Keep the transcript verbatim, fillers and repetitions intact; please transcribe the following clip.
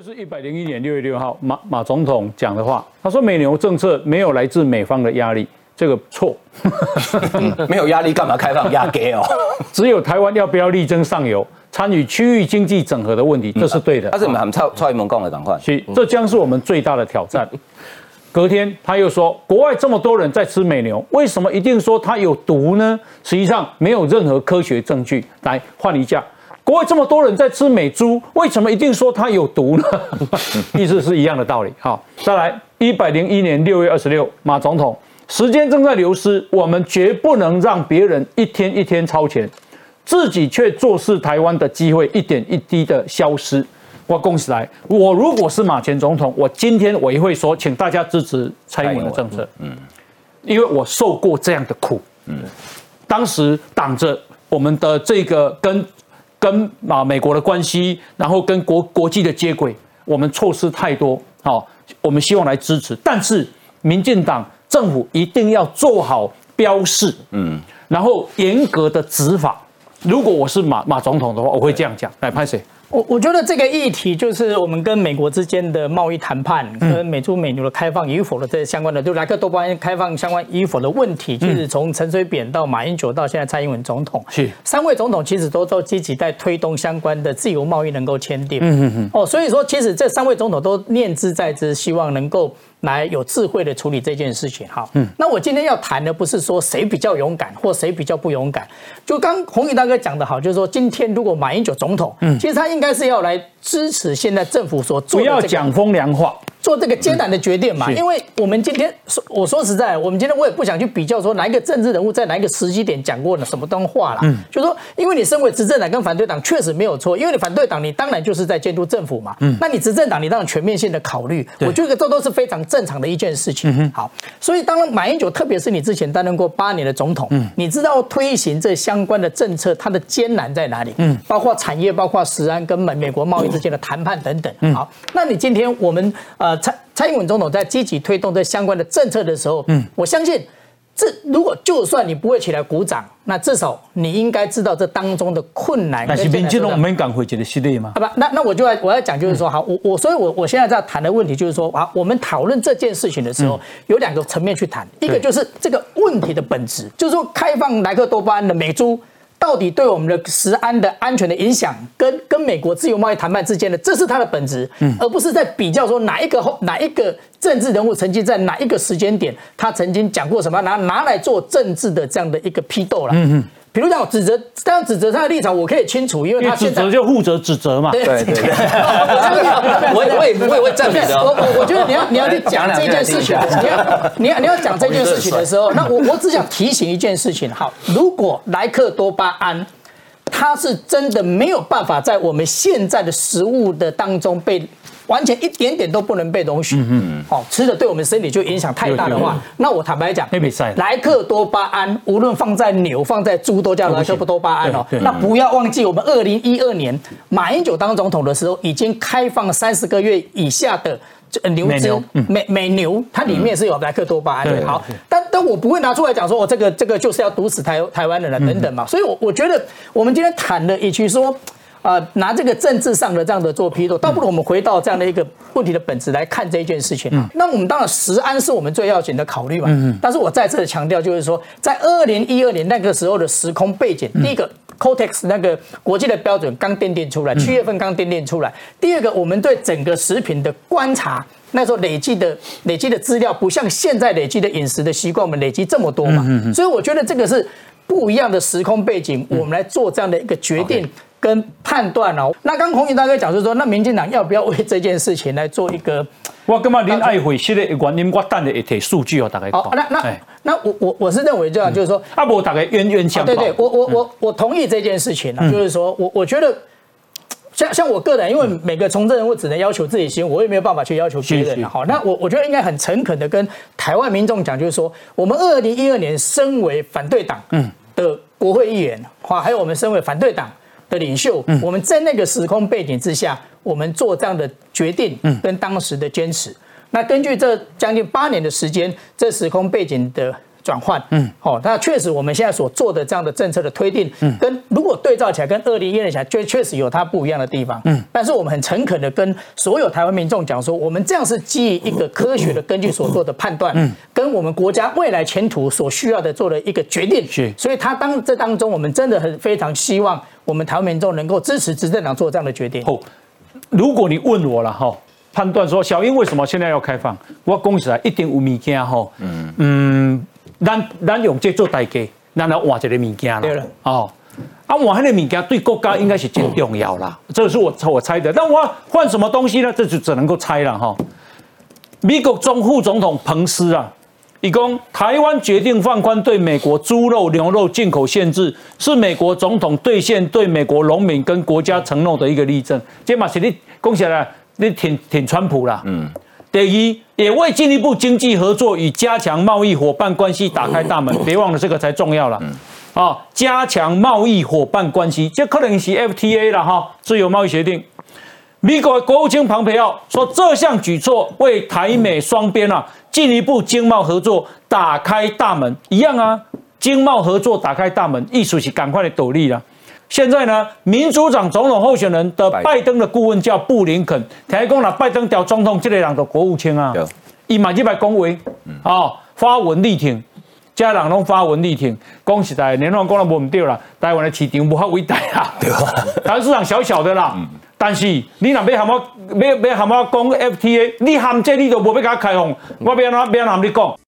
是一百零一年六月六号马马总统讲的话，他说美牛政策没有来自美方的压力，这个错， 没有压力干嘛开放压给哦？ 只有台湾要不要力争上游，参与区域经济整合的问题，这是对的。 但是我们很蔡蔡英文讲的，赶快， 是，这将是我们最大的挑战。隔天他又说，国外这么多人在吃美牛，为什么一定说它有毒呢？实际上没有任何科学证据。来换一下。国外这么多人在吃美猪，为什么一定说它有毒呢？意思是一样的道理。好，再来，一百零一年六月二十六，马总统，时间正在流失，我们绝不能让别人一天一天超前，自己却坐视台湾的机会一点一滴的消失。我恭喜来，我如果是马前总统，我今天我也会说，请大家支持蔡英文的政策。嗯，因为我受过这样的苦。嗯，当时挡着我们的这个跟。跟啊美国的关系，然后跟国国际的接轨，我们错失太多，好，我们希望来支持，但是民进党政府一定要做好标示，嗯，然后严格的执法。如果我是马马总统的话，我会这样讲。来，拍谁？ 我我觉得这个议题就是我们跟美国之间的贸易谈判，跟美猪美牛的开放与否的这相关的，就莱克多巴胺开放相关与否的问题，其实从陈水扁到马英九到现在蔡英文总统，是三位总统其实都都积极在推动相关的自由贸易能够签订。嗯嗯嗯。哦，所以说其实这三位总统都念之在之，希望能够来有智慧的处理这件事情。哈，嗯，那我今天要谈的不是说谁比较勇敢或谁比较不勇敢，就刚鸿宇大哥讲的好，就是说今天如果马英九总统，嗯，其实他应该是要来支持现在政府所做的、这个， 不要讲风凉话， 做这个艰难的决定嘛。因为我们今天，我说实在，我们今天我也不想去比较说哪一个政治人物在哪一个时机点讲过了什么东话啦。嗯，就说因为你身为执政党跟反对党确实没有错，因为你反对党你当然就是在监督政府嘛。嗯，那你执政党你当然全面性的考虑，我觉得这都是非常正常的一件事情。嗯，好，所以当然马英九，特别是你之前担任过八年的总统，嗯，你知道推行这相关的政策它的艰难在哪里？嗯，包括产业，包括食安跟美美国贸易之间的谈判等等。好，那你今天我们呃蔡蔡英文总统在积极推动这相关的政策的时候，嗯，我相信这如果就算你不会起来鼓掌，那至少你应该知道这当中的困难。 但是民进党没赶回这个系列吗？ 啊不，那那我就要我要讲就是说，好，我我所以我我现在在谈的问题就是说，啊，我们讨论这件事情的时候，嗯、有两个层面去谈，一个就是这个问题的本质，就是说开放莱克多巴胺的美猪。到底对我们的食安的安全的影响，跟跟美国自由贸易谈判之间的，这是它的本质，嗯，而不是在比较说哪一个哪一个政治人物曾经在哪一个时间点，他曾经讲过什么，拿拿来做政治的这样的一个批斗了，嗯嗯。比如讲指责，当然指责他的立场我可以清楚，因为他现在指责就负责指责嘛。 对对对， 我我也我也会赞美的。 我我我觉得你要你要去讲这件事情，你要你要你要讲这件事情的时候，那我我只想提醒一件事情，好，如果莱克多巴胺它是真的没有办法在我们现在的食物的当中被。完全一点点都不能被容许，嗯嗯，好，吃的对我们身体就影响太大的话，那我坦白讲，莱克多巴胺无论放在牛、放在猪都叫莱克多巴胺哦。那不要忘记，我们二零一二年马英九当总统的时候，已经开放三十个月以下的牛只美美牛，它里面是有莱克多巴胺的。好，但但我不会拿出来讲说，我这个这个就是要毒死台台湾人了等等嘛。所以，我我觉得我们今天谈的，与其说。呃，拿这个政治上的这样的做批斗，倒不如我们回到这样的一个问题的本质来看这一件事情。嗯、那我们当然食安是我们最要紧的考虑嘛。嗯、但是我再次的强调，就是说，在二零一二年那个时候的时空背景，嗯、第一个 Cotex 那个国际的标准刚奠定出来，七月份刚奠定出来。第二个，我们对整个食品的观察。那时候累积的累积的资料，不像现在累积的饮食的习惯，我们累积这么多嘛。嗯嗯、所以我觉得这个是不一样的时空背景，我们来做这样的一个决定。Okay. 跟判断哦，那刚鸿宇大哥讲就是说，那民进党要不要为这件事情来做一个？ 我感觉您爱回实的原因，我等下会提数据哦，大家讲。 哦，那那那我我我是认为这样，就是说， 啊，无大家冤冤相报。 对对，我我我我同意这件事情啊，就是说我我觉得，像像我个人，因为每个从政人物只能要求自己行，我也没有办法去要求别人。好，那我我觉得应该很诚恳的跟台湾民众讲，就是说，我们二零一二年身为反对党的国会议员，哈，还有我们身为反对党。的领袖，嗯、我们在那个时空背景之下，我们做这样的决定，跟当时的坚持。嗯、那根据这将近八年的时间，这时空背景的转换，嗯，哦，那确实我们现在所做的这样的政策的推定，嗯，跟如果对照起来跟二零一二年起来，确确实有它不一样的地方，嗯，但是我们很诚恳的跟所有台湾民众讲说，我们这样是基于一个科学的根据所做的判断，嗯，跟我们国家未来前途所需要的做的一个决定， 是， 所以他当这当中，我们真的很非常希望我们台湾民众能够支持执政党做这样的决定。 哦，如果你问我了哈。判断说小英为什么现在要开放？我讲起来一定有物件吼，嗯嗯，咱咱用这做代价，咱来换一个物件啦。 对了， 哦，啊换那个物件对国家应该是真重要啦，这是我我猜的。但我换什么东西呢？这就只能够猜了哈。美国总副总统彭斯啊，一共台湾决定放宽对美国猪肉、牛肉进口限制，是美国总统兑现对美国农民跟国家承诺的一个例证。这嘛是你讲起来。你挺挺川普啦，嗯。第一，也为进一步经济合作与加强贸易伙伴关系打开大门。别忘了这个才重要啦。嗯。啊，加强贸易伙伴关系，这可能是 F T A 啦，哈，自由贸易协定。美国国务卿庞培奥说，这项举措为台美双边啊进一步经贸合作打开大门，一样啊，经贸合作打开大门，意思是赶快的斗笠啦。现在呢，民主党总统候选人的拜登的顾问叫布林肯，听讲啦，拜登调总统这个人的国务卿啊，伊嘛入来讲话，哦，发文力挺，这人拢发文力挺。讲实在，连拢讲得无唔对啦，台湾的市场无遐伟大啦，对吧？台湾市场小小的啦，嗯、但是你若要喊我，要要喊我讲 F T A， 你喊这你都无要甲开放，我要安怎要安怎你讲？